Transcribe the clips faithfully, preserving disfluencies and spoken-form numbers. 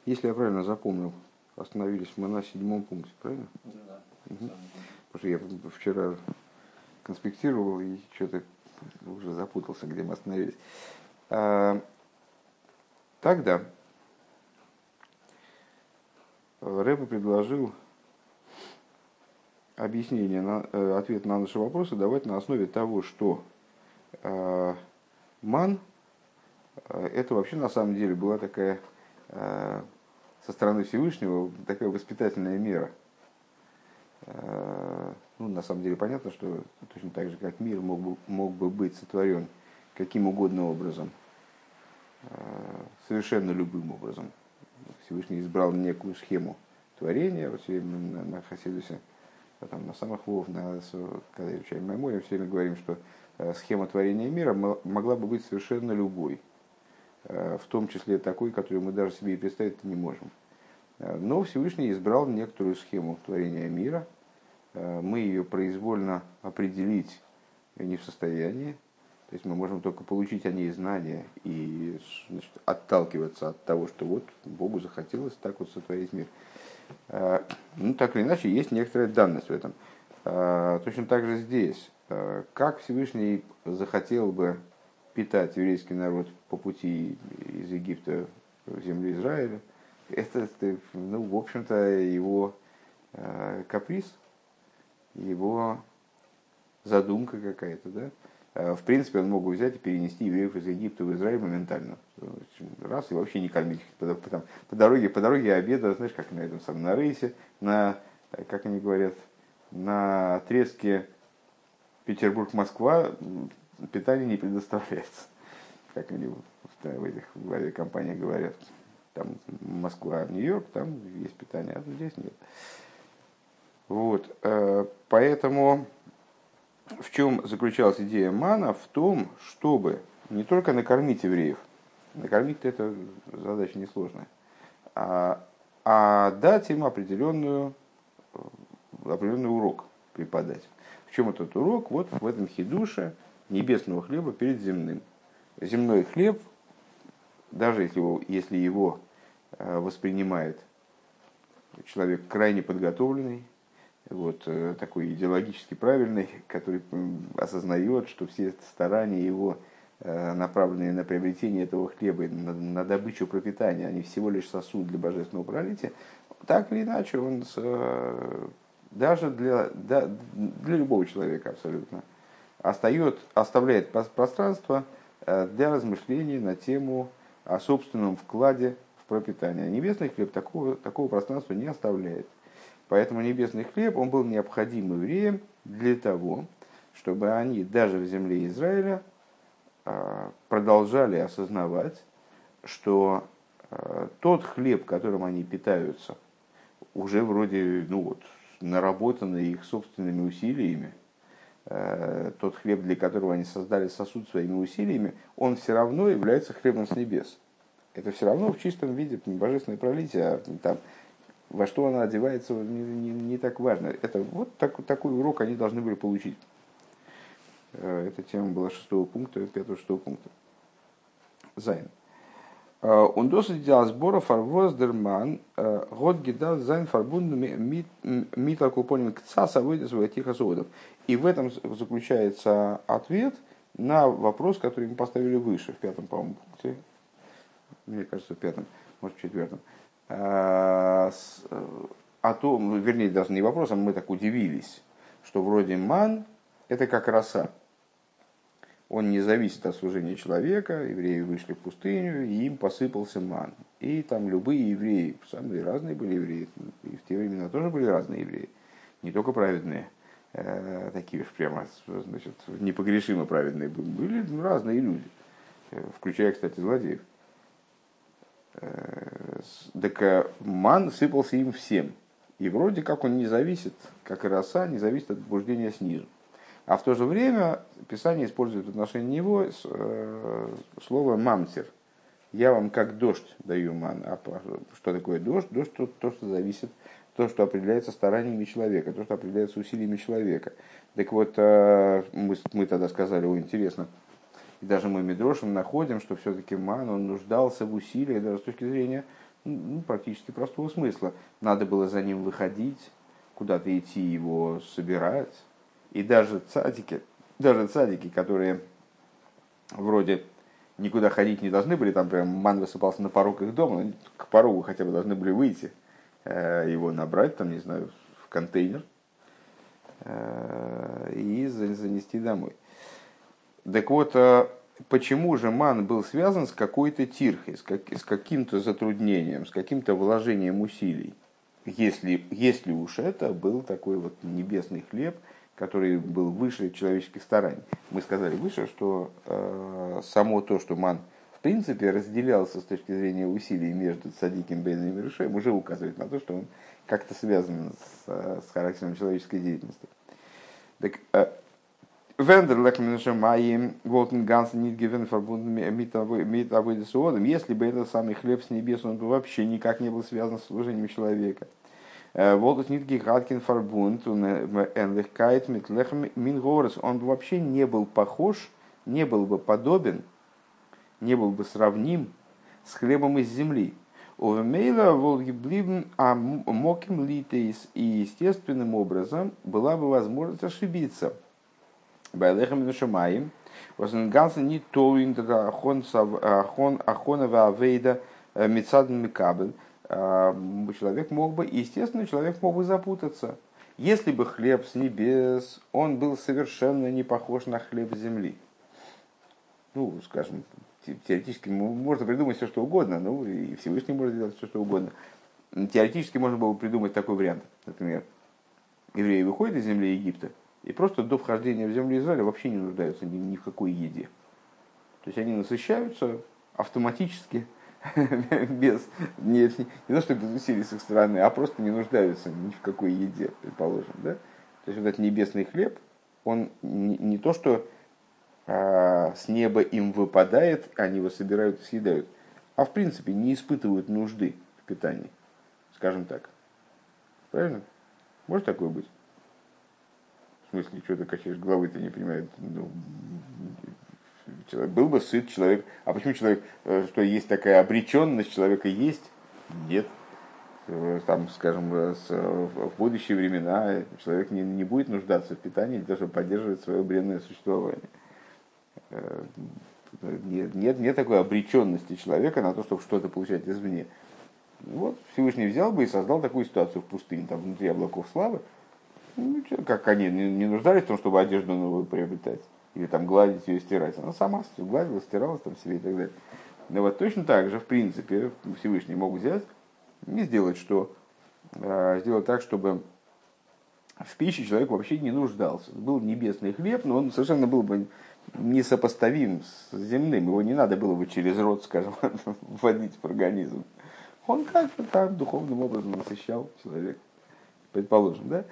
Если я правильно запомнил, остановились мы на седьмом пункте, правильно? Да. Угу. Потому что я вчера конспектировал и что-то уже запутался, где мы остановились. А, тогда Рэбе предложил объяснение, на, ответ на наши вопросы давать на основе того, что э, ман э, это вообще на самом деле была такая э, со стороны Всевышнего такая воспитательная мера. Э, ну, на самом деле понятно, что точно так же, как мир мог бы, мог бы быть сотворен каким угодно образом, э, совершенно любым образом. Всевышний избрал некую схему творения, вот все время на, на Хасидусе, а там на самых вов, на, когда изучаем Майморе, все время говорим, что э, схема творения мира могла бы быть совершенно любой, э, в том числе такой, которую мы даже себе и представить не можем. Э, но Всевышний избрал некоторую схему творения мира, э, мы ее произвольно определить не в состоянии, то есть мы можем только получить о ней знания и, значит, отталкиваться от того, что вот Богу захотелось так вот сотворить мир. Ну, так или иначе, есть некоторая данность в этом. Точно так же здесь. Как Всевышний захотел бы питать еврейский народ по пути из Египта в землю Израиля, это, ну, в общем-то, его каприз, его задумка какая-то, да? В принципе, он мог бы взять и перенести евреев из Египта в Израиль моментально. Раз, и вообще не кормить их. По, по, по дороге, по дороге обеда, знаешь, как на этом самом, на рейсе, на, как они говорят, на отрезке Петербург-Москва питание не предоставляется. Как они в этих в авиакомпаниях говорят. Там Москва-Нью-Йорк, там есть питание, а здесь нет. Вот, поэтому... В чем заключалась идея мана? В том, чтобы не только накормить евреев, накормить-то это задача несложная, а, а дать им определенную, определенный урок преподать. В чем этот урок? Вот в этом хидуше небесного хлеба перед земным. Земной хлеб, даже если его, если его воспринимает человек крайне подготовленный, вот, такой идеологически правильный, который осознает, что все старания его, направленные на приобретение этого хлеба, на, на добычу пропитания, они всего лишь сосуд для божественного пролития, так или иначе он даже для, для любого человека абсолютно остает, оставляет пространство для размышлений на тему о собственном вкладе в пропитание. Небесный хлеб такого, такого пространства не оставляет. Поэтому небесный хлеб, он был необходим евреям для того, чтобы они даже в земле Израиля продолжали осознавать, что тот хлеб, которым они питаются, уже вроде, ну вот, наработанный их собственными усилиями, тот хлеб, для которого они создали сосуд своими усилиями, он все равно является хлебом с небес. Это все равно в чистом виде божественное пролитие, а там, во что она одевается, не, не, не так важно. Это, вот так, такой урок они должны были получить. Эта тема была шестого пункта, пятого-шестого пункта. Зайн. Он досить делал сбора фарвоздерман, год гидал зайн фарбунду миталкупоним кцаса выйдет своих тихосоводов. И в этом заключается ответ на вопрос, который мы поставили выше, в пятом, по-моему, пункте. Мне кажется, в пятом, может, в четвертом. О том, вернее, даже не вопросом, мы так удивились, что вроде ман это как роса. Он не зависит от служения человека, евреи вышли в пустыню, и им посыпался ман. И там любые евреи, самые разные были евреи, и в те времена тоже были разные евреи, не только праведные, э, такие уж прямо, значит, непогрешимо праведные, были разные люди, включая, кстати, злодеев. Так ман сыпался им всем. И вроде как он не зависит, как и роса, не зависит от побуждения снизу. А в то же время Писание использует в отношении него слово «мамтер». Я вам как дождь даю ман. А что такое дождь? Дождь то, то, что зависит, то, что определяется стараниями человека, то, что определяется усилиями человека. Так вот, мы, мы тогда сказали, о, интересно, и даже мы Мидрошем находим, что все-таки ман, он нуждался в усилиях, даже с точки зрения ну, практически простого смысла. Надо было за ним выходить, куда-то идти его собирать. И даже цадики, даже цадики, которые вроде никуда ходить не должны были, там прям ман высыпался на порог их дома, но к порогу хотя бы должны были выйти, его набрать, там, не знаю, в контейнер и занести домой. Так вот, почему же ман был связан с какой-то тирхой, с, как, с каким-то затруднением, с каким-то вложением усилий, если, если уж это был такой вот небесный хлеб, который был выше человеческих стараний. Мы сказали выше, что э, само то, что ман в принципе разделялся с точки зрения усилий между цадиким, бейном и решаем, уже указывает на то, что он как-то связан с, с характером человеческой деятельности. Так, Вендер лехменшемаим волтен ганс нит гивен фарбунден мит авойдесуодом. Если бы этот самый хлеб с небес, он бы вообще никак не был связан с служением человека. Волтус нит гихаткин фарбунд энлехкайт мит лехм мингорес. Он бы вообще не был похож, не был бы подобен, не был бы сравним с хлебом из земли. Увемейла волгиблибн а моким литейс. И естественным образом была бы возможность ошибиться. Байлехам нушамаим, возенганса не толин ахон ахонова авейда мецадн микабель. Человек мог бы, естественно, человек мог бы запутаться. Если бы хлеб с небес, он был совершенно не похож на хлеб земли. Ну, скажем, теоретически можно придумать все, что угодно, ну и Всевышний может сделать все, что угодно. Теоретически можно было бы придумать такой вариант. Например, евреи выходят из земли Египта, и просто до вхождения в землю Израиля вообще не нуждаются ни, ни в какой еде. То есть они насыщаются автоматически, без, не, не, не то что без усилий с их стороны, а просто не нуждаются ни в какой еде, предположим. Да? То есть вот этот небесный хлеб, он не, не то что а, с неба им выпадает, они его собирают и съедают, а в принципе не испытывают нужды в питании, скажем так. Правильно? Может такое быть? В смысле, что ты качаешь головой, ты не понимаешь. Ну, человек, был бы сыт человек. А почему человек, что есть такая обреченность человека есть? Нет. Там, скажем, в будущие времена человек не, не будет нуждаться в питании для того, чтобы поддерживать свое бренное существование. Нет, нет, нет такой обреченности человека на то, чтобы что-то получать извне. Вот Всевышний взял бы и создал такую ситуацию в пустыне, там внутри облаков славы. Ну, как они не нуждались в том, чтобы одежду новую приобретать или там гладить ее, стирать. Она сама гладила, стирала там себе и так далее. Но вот точно так же, в принципе, Всевышний мог взять и сделать, что, сделать так, чтобы в пище человек вообще не нуждался. Был небесный хлеб, но он совершенно был бы несопоставим с земным. Его не надо было бы через рот, скажем, вводить в организм. Он как-то так духовным образом насыщал человека, предположим, да?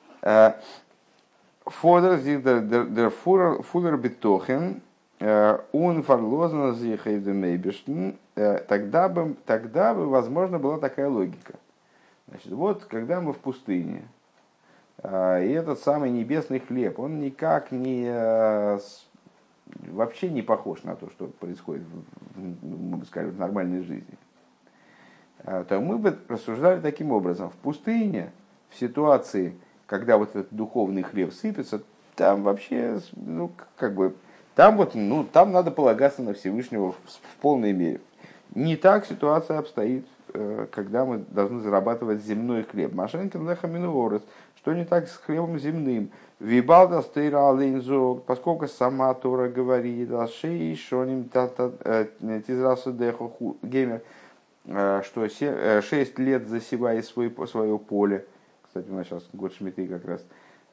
Фодер der Fuller betochen unverlosen sich in тогда бы, тогда бы, возможно, была такая логика. Значит, вот, когда мы в пустыне, и этот самый небесный хлеб, он никак не, вообще не похож на то, что происходит, мы бы сказали, в нормальной жизни, то мы бы рассуждали таким образом. В пустыне, в ситуации, когда вот этот духовный хлеб сыпется, там вообще, ну, как бы, там вот, ну, там надо полагаться на Всевышнего в, в полной мере. Не так ситуация обстоит, когда мы должны зарабатывать земной хлеб. Машенкин лехаминуорес, что не так с хлебом земным. Вибалда стейра алейнзог, поскольку сама Тора говорит, ашей шоним тизрасу деху геймер, что шесть лет засевая свое поле. Кстати, у нас сейчас год Шмиты как раз,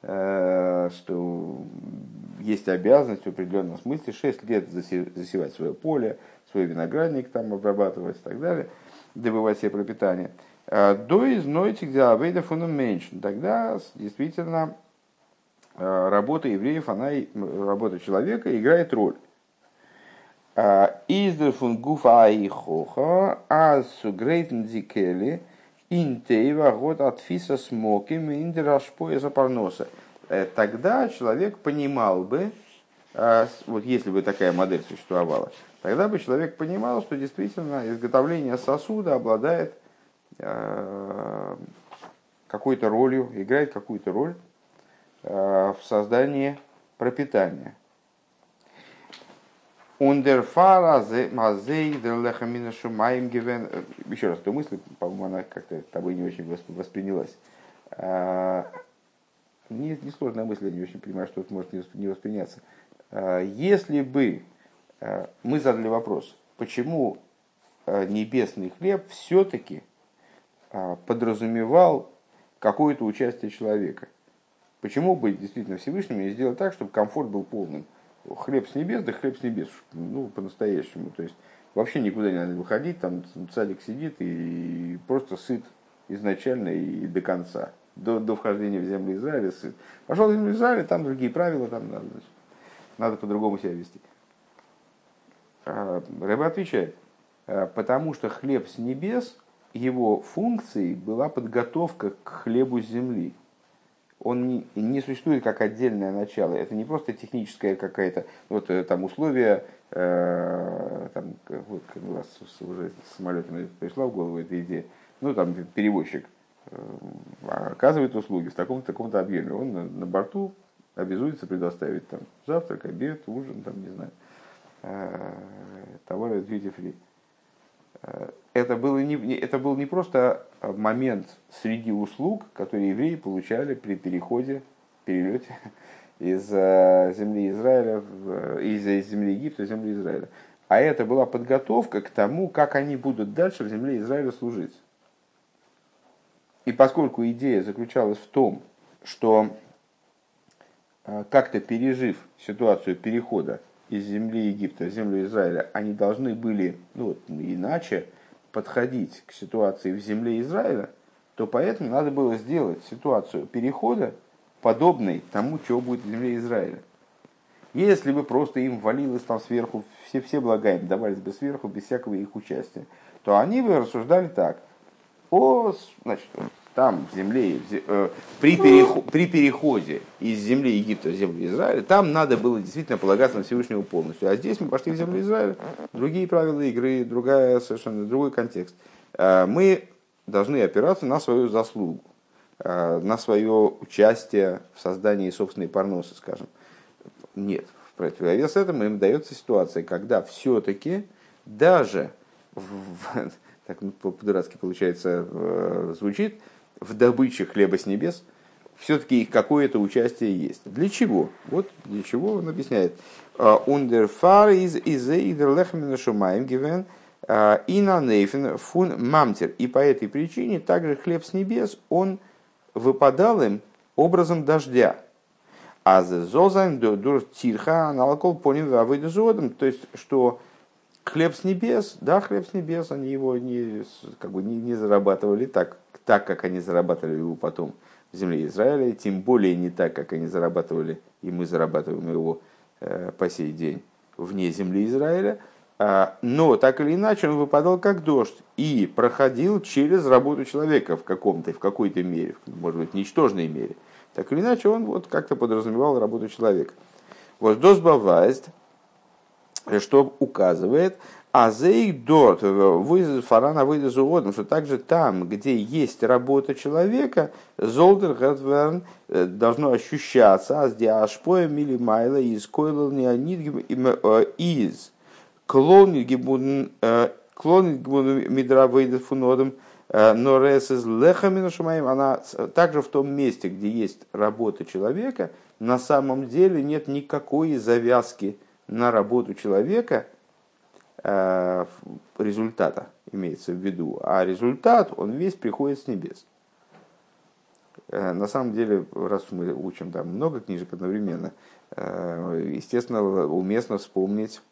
что есть обязанность в определенном смысле шесть лет засевать свое поле, свой виноградник там обрабатывать и так далее, добывать себе пропитание. До изнойти, где авейда фуном меньше. Тогда действительно работа евреев, она, работа человека играет роль. Издер фун гуфа и хоха, а сугрейтен дикели, интейва год от фиса смоким, индерашпоя запарноса. Тогда человек понимал бы, вот если бы такая модель существовала, тогда бы человек понимал, что действительно изготовление сосуда обладает какой-то ролью, играет какую-то роль в создании пропитания. Еще раз, эту мысль, по-моему, она как-то тобой не очень воспринялась. Не, не сложная мысль, я не очень понимаю, что это может не восприняться. Если бы мы задали вопрос, почему небесный хлеб все-таки подразумевал какое-то участие человека, почему бы действительно Всевышним не сделать так, чтобы комфорт был полным? Хлеб с небес, да хлеб с небес, ну, по-настоящему. То есть вообще никуда не надо выходить, там цадик сидит и просто сыт изначально и до конца. До, до вхождения в землю Израиля сыт. Пошел в землю Израиля, там другие правила, там надо, значит, надо по-другому себя вести. Рэбе отвечает, потому что хлеб с небес, его функцией была подготовка к хлебу с земли. Он не, не существует как отдельное начало. Это не просто техническое какое-то вот, там, условие. Э, там, вот, у вас уже с самолетами пришла в голову эта идея. Ну, там перевозчик э, оказывает услуги в таком-то, таком-то объеме. Он на, на борту обязуется предоставить там, завтрак, обед, ужин, там, не знаю, э, товары duty free. Это, было не, это был не просто момент среди услуг, которые евреи получали при переходе, перелете из земли Израиля, из, из земли Египта в землю Израиля. А это была подготовка к тому, как они будут дальше в земле Израиля служить. И поскольку идея заключалась в том, что как-то пережив ситуацию перехода из земли Египта в землю Израиля, они должны были, ну, вот, иначе подходить к ситуации в земле Израиля, то поэтому надо было сделать ситуацию перехода подобной тому, что будет в земле Израиля. Если бы просто им валилось там сверху, все, все блага им давались бы сверху, без всякого их участия, то они бы рассуждали так: о, значит, там в земле, в, э, при, переход, при переходе из земли Египта в землю Израиля, там надо было действительно полагаться на Всевышнего полностью. А здесь мы пошли в землю Израиля, другие правила игры, другая, совершенно другой контекст. Э, мы должны опираться на свою заслугу, э, на свое участие в создании собственной парносы, скажем. Нет, в противовес этому им дается ситуация, когда все-таки даже, в, в, так по-дурацки получается, э, звучит, в добыче хлеба с небес, все-таки их какое-то участие есть. Для чего? Вот для чего он объясняет. «Ундер фар из изейдер лехмина шумаем гивен и на нейфен фун мамтер». И по этой причине также хлеб с небес, он выпадал им образом дождя. А зозайн дур тирха аналкол поним авыдезодом. То есть, что хлеб с небес, да, хлеб с небес, они его не, как бы не, не зарабатывали так, так, как они зарабатывали его потом в земле Израиля, тем более не так, как они зарабатывали, и мы зарабатываем его э, по сей день вне земли Израиля, а, но так или иначе он выпадал как дождь и проходил через работу человека в каком-то, в какой-то мере, может быть, в ничтожной мере. Так или иначе он вот как-то подразумевал работу человека. Вот досбавайст, что указывает, а зейк дот фарана выйдет заводом, что также там, где есть работа человека, золдер гатверн должно ощущаться, а где ашпоя мили майла из койлал неонидгим из клонидгибун мидра выйдет фунодом, но рес из лехамина шумаем, она также в том месте, где есть работа человека, на самом деле нет никакой завязки на работу человека, результата имеется в виду, а результат, он весь приходит с небес. На самом деле, раз мы учим там много книжек одновременно, естественно, уместно вспомнить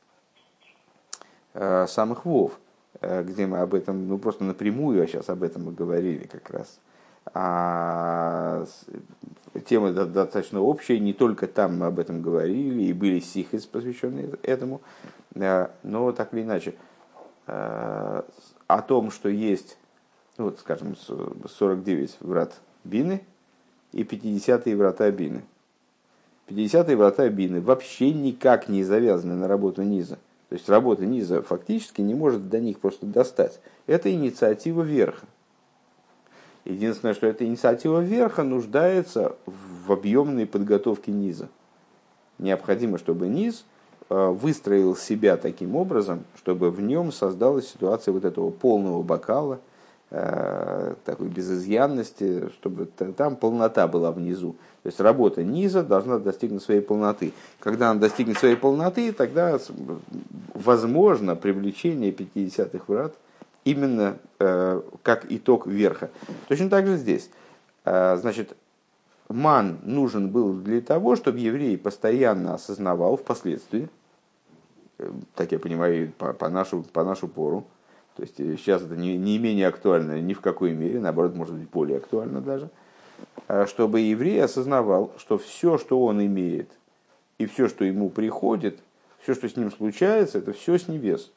самых Вов, где мы об этом, ну просто напрямую, а сейчас об этом мы говорили как раз. А тема достаточно общая, не только там мы об этом говорили, и были сихис, посвященные этому, но так или иначе, о том, что есть, ну, вот, скажем, сорок девять врат Бины и пятидесятые врата Бины. пятидесятые врата Бины вообще никак не завязаны на работу низа. То есть работа низа фактически не может до них просто достать. Это инициатива верха. Единственное, что эта инициатива верха нуждается в объемной подготовке низа. Необходимо, чтобы низ выстроил себя таким образом, чтобы в нем создалась ситуация вот этого полного бокала, такой безызъянности, чтобы там полнота была внизу. То есть работа низа должна достигнуть своей полноты. Когда она достигнет своей полноты, тогда возможно привлечение пятидесятых врат именно э, как итог верха. Точно так же здесь. Э, значит, ман нужен был для того, чтобы еврей постоянно осознавал впоследствии, э, так я понимаю, по, по, нашу, по нашу пору, то есть сейчас это не, не менее актуально ни в какой мере, наоборот, может быть, более актуально даже, э, чтобы еврей осознавал, что все, что он имеет, и все, что ему приходит, все, что с ним случается, это все с небес.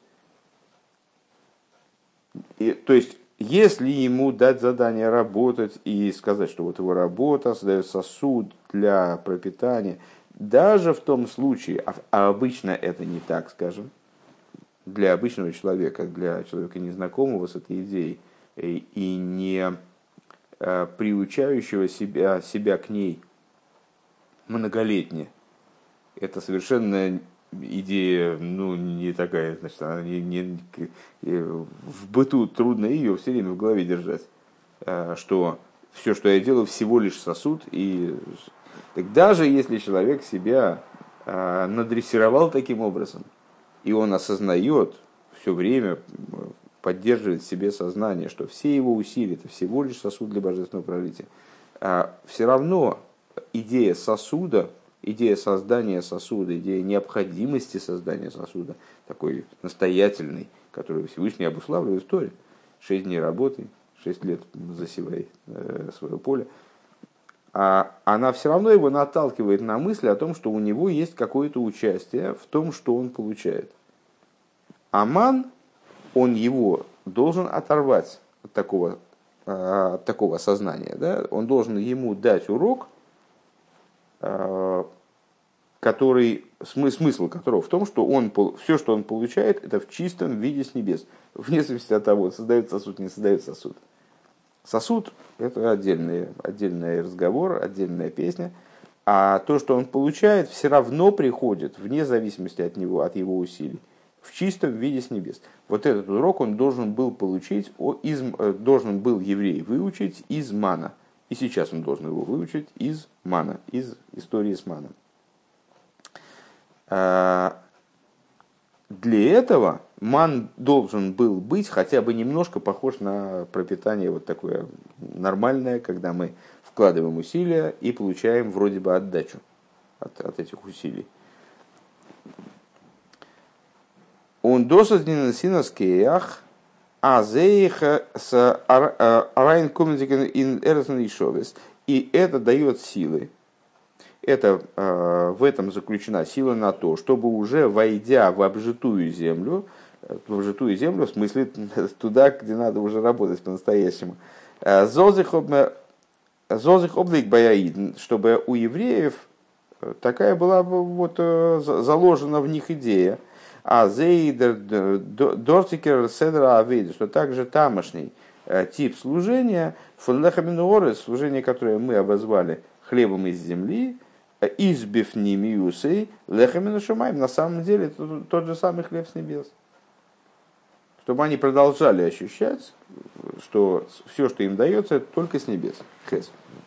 И, то есть, если ему дать задание работать и сказать, что вот его работа создает сосуд для пропитания, даже в том случае, а, а обычно это не так, скажем, для обычного человека, для человека незнакомого с этой идеей и, и не а, приучающего себя, себя к ней многолетне, это совершенно идея, ну, не такая, значит, она не, не, в быту трудно ее все время в голове держать, что все, что я делаю, всего лишь сосуд. И так даже если человек себя надрессировал таким образом, и он осознает все время, поддерживает в себе сознание, что все его усилия это всего лишь сосуд для божественного пролития, все равно идея сосуда, идея создания сосуда, идея необходимости создания сосуда, такой настоятельный, который Всевышний обуславливает в Торе, шесть дней работы, шесть лет засевай э, свое поле, а она все равно его наталкивает на мысль о том, что у него есть какое-то участие в том, что он получает. Аман, он его должен оторвать от такого, от такого сознания, да? Он должен ему дать урок, который, смысл которого в том, что он, все, что он получает, это в чистом виде с небес. Вне зависимости от того, создает сосуд, не создает сосуд. Сосуд – это отдельный, отдельный разговор, отдельная песня. А то, что он получает, все равно приходит, вне зависимости от него, от его усилий, в чистом виде с небес. Вот этот урок он должен был получить, из, должен был еврей выучить из мана. И сейчас он должен его выучить из мана, из истории с маном. Для этого ман должен был быть хотя бы немножко похож на пропитание вот такое нормальное, когда мы вкладываем усилия и получаем вроде бы отдачу от, от этих усилий. Он досаднен синаскеях, а зеих с арайн комнатикен ин эрсен и шовес. И это дает силы. Это, в этом заключена сила на то, чтобы уже войдя в обжитую землю, в обжитую землю, в смысле туда, где надо уже работать по-настоящему, зозих облик баяид, чтобы у евреев такая была вот заложена в них идея, а зейдер дортикер седра авейд, что также тамошний тип служения, фунлехаминуоры, служение, которое мы обозвали хлебом из земли, избив ними лехамину шумаем, на самом деле это тот же самый хлеб с небес. Чтобы они продолжали ощущать, что все, что им дается, это только с небес. Хес.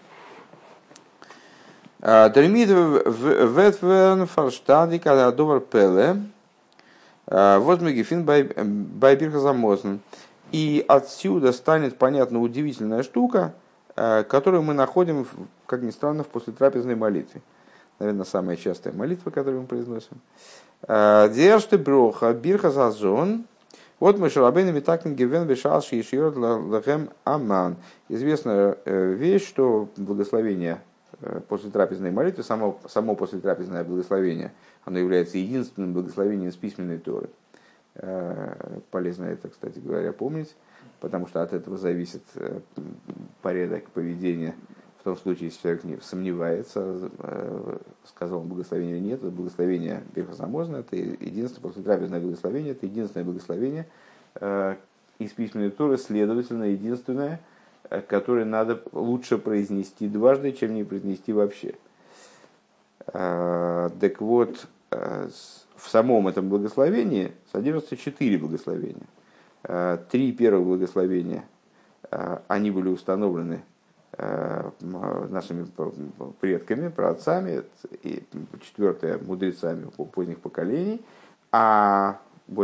Дермид ветвен фарштади когда довар пеле возмегифин байбирха замозн. И отсюда станет понятна удивительная штука, которую мы находим, как ни странно, в послетрапезной молитве. Наверное, самая частая молитва, которую мы произносим. Держте броха бирха зазон. Вот мы шарабейнами так гивен бешалши ишьёр лахем аман. Известная вещь, что благословение послетрапезной молитвы, само, само послетрапезное благословение, оно является единственным благословением с письменной Торы. Полезно это, кстати говоря, помнить, потому что от этого зависит порядок поведения в том случае, если человек не сомневается, сказал он благословение или нет, это благословение Бирхас Хамозон, это единственное, послетрапезное благословение, это единственное благословение из письменной Торы, следовательно, единственное, которое надо лучше произнести дважды, чем не произнести вообще. Так вот, в самом этом благословении содержатся четыре благословения. Три первых благословения, они были установлены нашими предками, праотцами, и четвертое мудрецами поздних поколений, а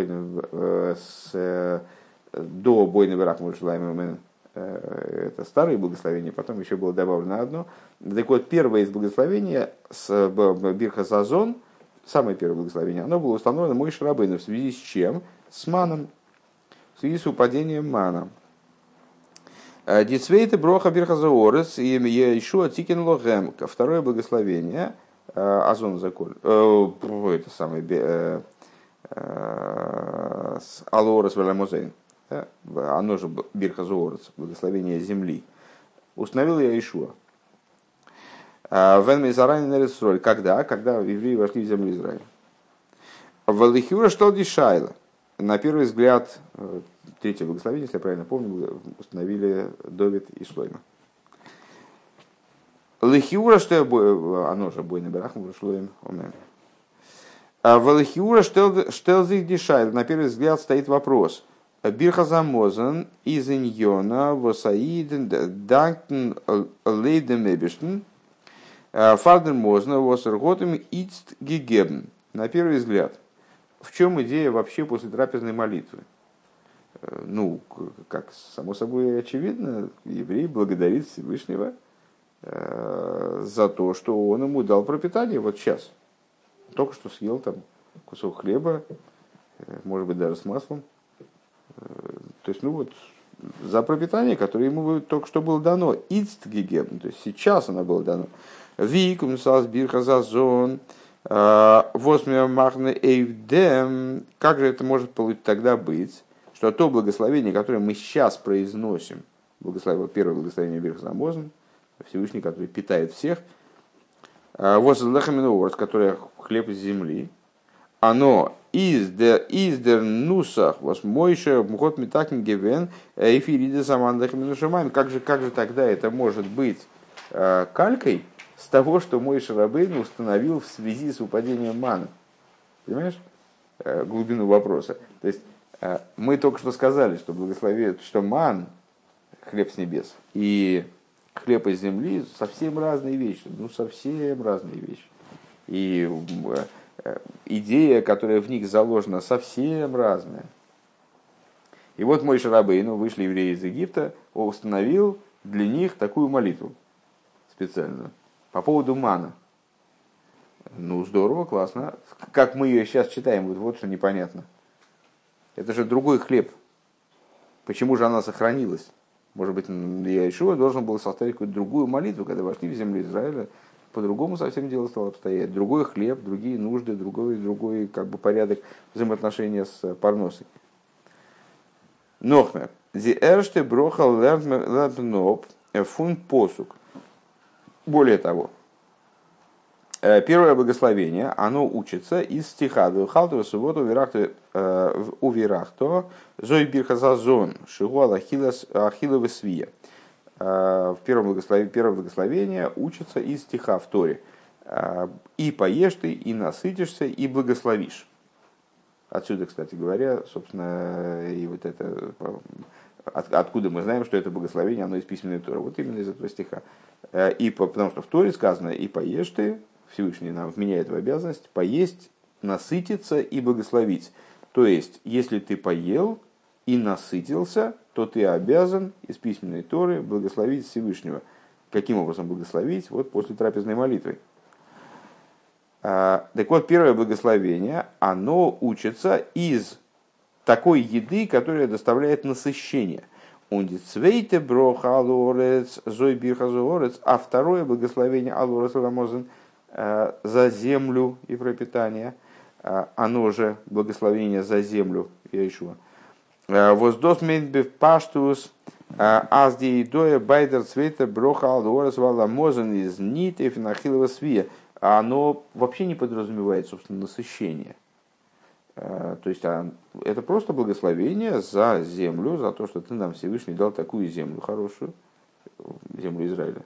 с, до Бойна Берах Муршлайм это старые благословения, потом еще было добавлено одно. Так вот, первое из благословения с Бирхас Азон, самое первое благословение, оно было установлено Моше Рабейну в связи с чем? С маном, в связи с упадением мана. Дицвейте броха Бирхас Орес и Ешуа Тикин Лохем. Второе благословение, Азон закон, это самое Алорес Веламозейн. Оно же Бирхас Орес, благословение земли. Установил я Ешуа. Вен Мизарайн Нересроль. Когда? Когда евреи вошли в землю Израиля. Валихюра Штолди Шайла. На первый взгляд, третье благословение, если я правильно помню, установили Довид и Шлойма. Лихюра, что оно же Бойна Берах Шлойм Омен. Валихюра Штелзих Дишайла. На первый взгляд стоит вопрос. Бирхас Хамозон из Иньона Восаиден Данктен Лейдем Эбиштен Фардер Мозна Восерготем Ицт Гигебн. На первый взгляд, в чем идея вообще после трапезной молитвы? Ну, как само собой очевидно, еврей благодарит Всевышнего за то, что он ему дал пропитание вот сейчас. Только что съел там кусок хлеба, может быть, даже с маслом. То есть, ну вот, за пропитание, которое ему только что было дано. Ицт гигебн, то есть сейчас оно было дано. Викум сас Бирхас Азон, восьмия махне эйвдем. Как же это может тогда быть, что то благословение, которое мы сейчас произносим, благословение, первое благословение Бирхас Хамозон, Всевышний, который питает всех, восьмия которое хлеб из земли, оно из дер нусах вас Мойше мхот митакин гевен эфириде самандахим шамаем. Как же как же тогда это может быть калькой с того, что Моше Рабейну установил в связи с упадением мана? Понимаешь глубину вопроса? То есть мы только что сказали, что благословение, что ман, хлеб с небес, и хлеб из земли совсем разные вещи, ну совсем разные вещи. И идея, которая в них заложена, совсем разная. И вот Моше Рабейну, вышли евреи из Египта, установил для них такую молитву специальную по поводу мана. Ну, здорово, классно. Как мы ее сейчас читаем, вот, вот что непонятно. Это же другой хлеб. Почему же она сохранилась? Может быть, Ешуа должен был составить какую-то другую молитву, когда вошли в землю Израиля. По-другому совсем дело стало обстоять. Другой хлеб, другие нужды, другой, другой как бы, порядок взаимоотношения с парносой. Нохмер. Зи эрште брохал лерноп фун посук. Более того, первое благословение, оно учится из стиха «Вилхалтова субботу у вирахто зой Бирхас Азон шигуал ахилова свия». В первом благословении, первое благословение учится из стиха в Торе. «И поешь ты, и насытишься, и благословишь». Отсюда, кстати говоря, собственно, и вот это, от, откуда мы знаем, что это благословение, оно из письменной Торы. Вот именно из этого стиха. И, потому что в Торе сказано «и поешь ты», Всевышний нам вменяет в обязанность поесть, насытиться и благословить. То есть, если ты поел и насытился, то ты обязан из письменной Торы благословить Всевышнего. Каким образом благословить? Вот после трапезной молитвы. Так вот, первое благословение, оно учится из такой еды, которая доставляет насыщение. А второе благословение Алорес Ламозен за землю и пропитание, оно же благословение за землю Ешуа. Воздос мейнбев паштус Аз ди доя байдер цвета броха алдорас вала мозен из ниты финахилова свия. Оно вообще не подразумевает, собственно, насыщение. То есть это просто благословение за землю, за то, что ты нам, Всевышний, дал такую землю хорошую, землю Израиля.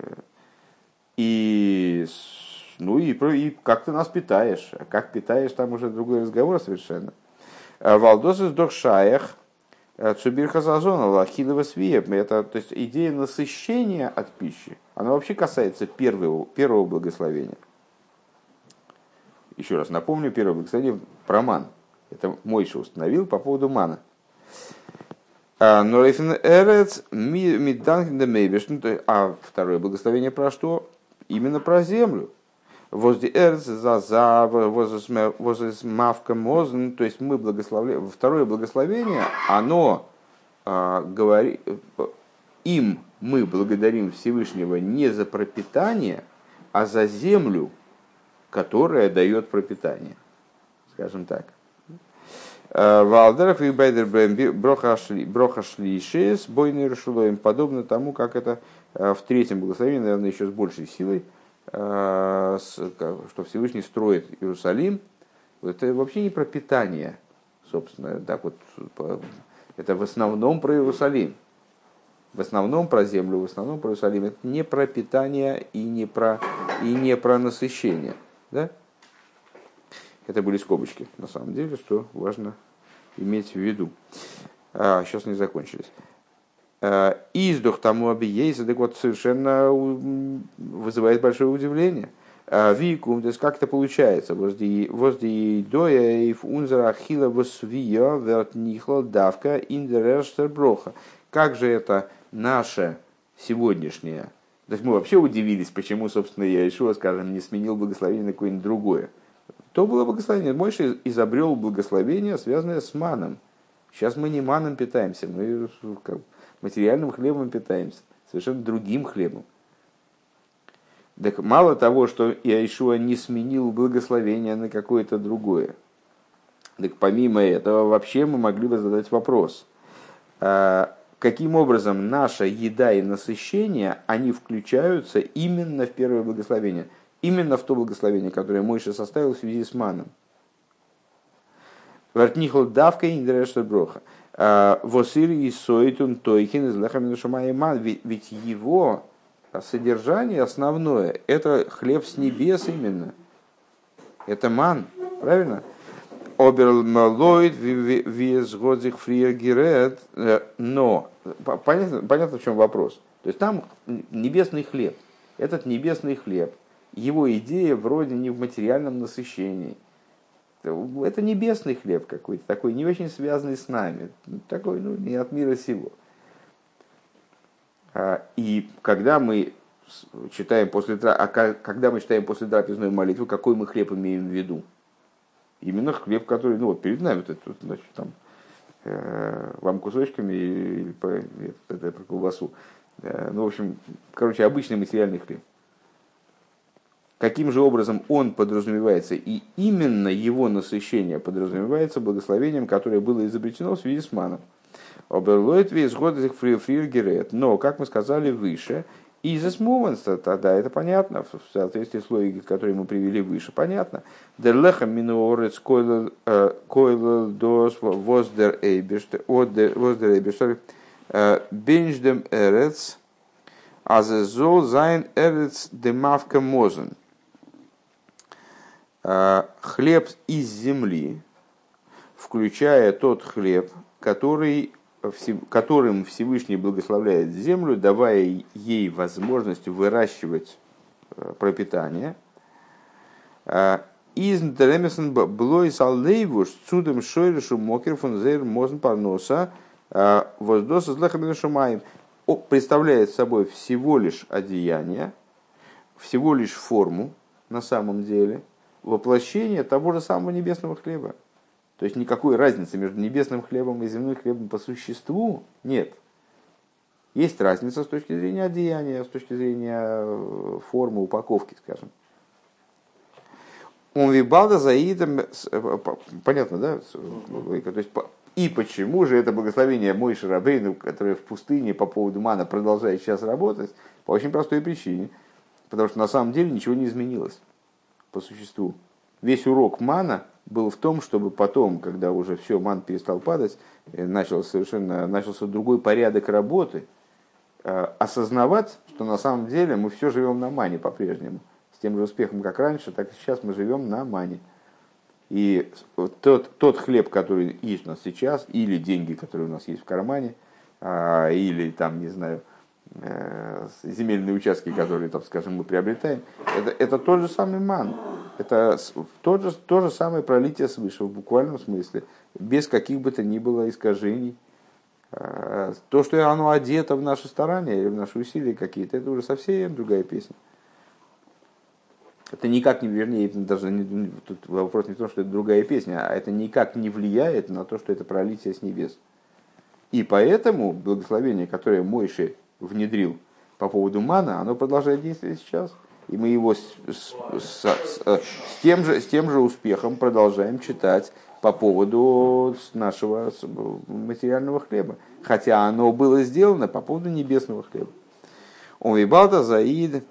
И, ну, и, и как ты нас питаешь. А как питаешь, там уже другой разговор совершенно. Валдос из Дохшаях, Цубир Хазазона, Лахилова Свия. Это, то есть идея насыщения от пищи, она вообще касается первого, первого благословения. Еще раз напомню, первое благословение про ман. Это Мойша установил по поводу мана. Но Эрец Мидданген де Мейбеш. А второе благословение про что? Именно про землю. Возле Эрец за за возле мавка мозн. То есть мы благословляем. Второе благословение, оно говорит, им мы благодарим Всевышнего не за пропитание, а за землю, которая дает пропитание, скажем так. Валдеров и Байдер Брохашлишес, бойный Рашулоем, подобно тому, как это в третьем благословении, наверное, еще с большей силой, что Всевышний строит Иерусалим. Это вообще не про питание, собственно, так вот, это в основном про Иерусалим. В основном про землю, в основном про Иерусалим. Это не про питание и не про, и не про насыщение. Да? Это были скобочки, на самом деле, что важно иметь в виду. А, сейчас не закончились. Издох тому объезд, так вот, совершенно вызывает большое удивление. Викум, то есть как это получается? Возле доя и унзера хила восвия вертнихла давка индерештер броха. Как же это наше сегодняшнее? То есть мы вообще удивились, почему, собственно, Яишуа, скажем, не сменил благословение на какое-нибудь другое. То было благословение. Мойша изобрел благословение, связанное с маном. Сейчас мы не маном питаемся, мы материальным хлебом питаемся, совершенно другим хлебом. Так мало того, что Яишуа не сменил благословение на какое-то другое, так помимо этого вообще мы могли бы задать вопрос, каким образом наша еда и насыщение, они включаются именно в первое благословение, именно в то благословение, которое Мойша составил в связи с маном. Вертнихл давка и индерештер броха. Восир и сойтун тойхин из лехамина шумай ман. Ведь его содержание основное – это хлеб с небес именно. Это ман, правильно? Оберлмалоид визгодзих фриергерет. Но понятно, понятно, в чем вопрос. То есть там небесный хлеб. Этот небесный хлеб, его идея вроде не в материальном насыщении. Это небесный хлеб какой-то, такой не очень связанный с нами, такой, ну, не от мира сего. И когда мы читаем после, а когда мы читаем после трапезной молитвы, какой мы хлеб имеем в виду? Именно хлеб, который, ну, вот перед нами, вот это, значит, там, э, вам кусочками или по, это, это про колбасу. Э, ну, в общем, короче, обычный материальный хлеб. Каким же образом он подразумевается, и именно его насыщение подразумевается благословением, которое было изобретено в связи с маном. Но, как мы сказали выше, из муванства, тогда это понятно, в соответствии с логикой, которую мы привели выше, понятно. Дерлеха минуорец койло дос воздер эйбештер бенждем эрец азезол зайн эрец демавка мозен. Хлеб из земли, включая тот хлеб, который, которым Всевышний благословляет землю, давая ей возможность выращивать пропитание. Из Дремесен Блой Саллейвуш Цудем Шойрешу Мокер фон Зейр Мозн Парноса Воздоса Злехамина Шумаем представляет собой всего лишь одеяние, всего лишь форму на самом деле, воплощение того же самого небесного хлеба. То есть никакой разницы между небесным хлебом и земным хлебом по существу нет. Есть разница с точки зрения одеяния, с точки зрения формы, упаковки, скажем. Он вибалда заидом, понятно, да? То есть И почему же это благословение Мойше Рабейну, которое в пустыне по поводу мана продолжает сейчас работать? По очень простой причине. Потому что на самом деле ничего не изменилось по существу. Весь урок мана был в том, чтобы потом, когда уже все, ман перестал падать, начался, совершенно, начался другой порядок работы, осознавать, что на самом деле мы все живем на мане по-прежнему. С тем же успехом, как раньше, так и сейчас мы живем на мане. И тот, тот хлеб, который есть у нас сейчас, или деньги, которые у нас есть в кармане, или там, не знаю, земельные участки, которые, так скажем, мы приобретаем, это, это тот же самый ман. Это тот же, то же самое пролитие свыше, в буквальном смысле, без каких бы то ни было искажений. То, что оно одето в наши старания или в наши усилия какие-то, это уже совсем другая песня. Это никак не, вернее, это даже не, тут вопрос не в том, что это другая песня, а это никак не влияет на то, что это пролитие с небес. И поэтому благословение, которое Мойше внедрил по поводу мана, оно продолжает действовать сейчас. И мы его с, с, с, с, с, тем, же, с тем же успехом продолжаем читать по поводу нашего материального хлеба. Хотя оно было сделано по поводу небесного хлеба. Он вибалта заид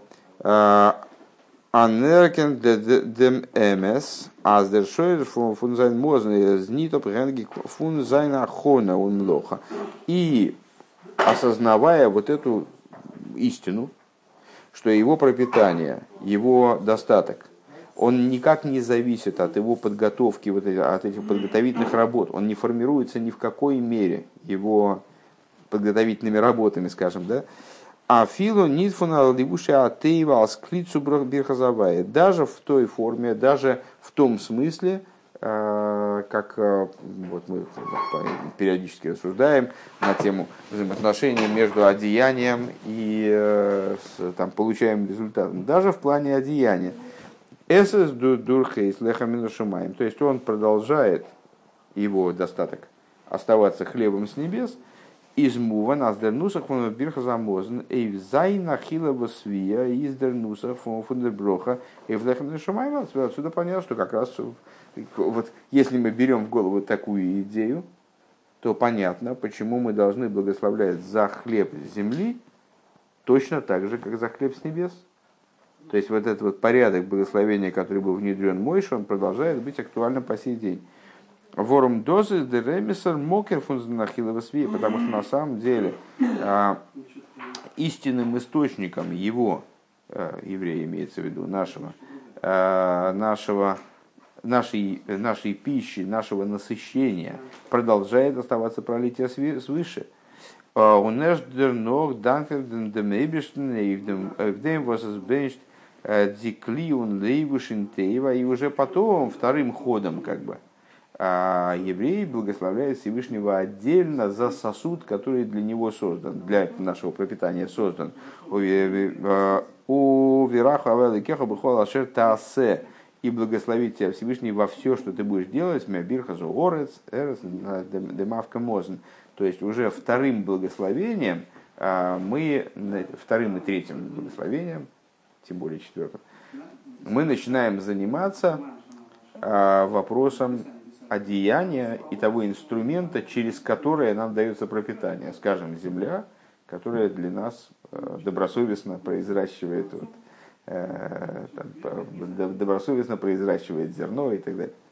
анеркен дем эмес аздершойр фун зайн мозн знитоп генги фун зайн ахона он лоха. И осознавая вот эту истину, что его пропитание, его достаток, он никак не зависит от его подготовки, вот от этих подготовительных работ. Он не формируется ни в какой мере его подготовительными работами, скажем, да. А филу нитфуна ливуша атеева асклицу бирхазавая. Даже в той форме, даже в том смысле, как вот мы периодически рассуждаем на тему взаимоотношений между одеянием и там, получаемым результатом. Даже в плане одеяния. Эсэс дурхейс лехамину шумаем. То есть он продолжает, его достаток, оставаться хлебом с небес. Из-мува наздернусах фон бирхазамозн эйвзайна хилова свия издернусах фон фундерброха эйвлехамину шумаем. Отсюда понятно, что как раз вот если мы берем в голову такую идею, то понятно, почему мы должны благословлять за хлеб земли точно так же, как за хлеб с небес. То есть вот этот вот порядок благословения, который был внедрен Мойше, он продолжает быть актуальным по сей день. Ворум дозы деремисер мокер фунзанахилова свия, потому что на самом деле истинным источником его, еврея имеется в виду, нашего, нашего Нашей, нашей пищи, нашего насыщения продолжает оставаться пролитие свыше. И уже потом, вторым ходом, как бы, еврей благословляет Всевышнего отдельно за сосуд, который для него создан, для нашего пропитания создан. У Вираху Авеликеха Бухол Ашер Таасе. И благословить тебя Всевышний во все, что ты будешь делать, мябирхазу орец, эрес, демавка мозн. То есть уже вторым благословением, мы, вторым и третьим благословением, тем более четвертым, мы начинаем заниматься вопросом одеяния и того инструмента, через которое нам дается пропитание. Скажем, земля, которая для нас добросовестно произращивает вот, там, добросовестно произращивает зерно и так далее.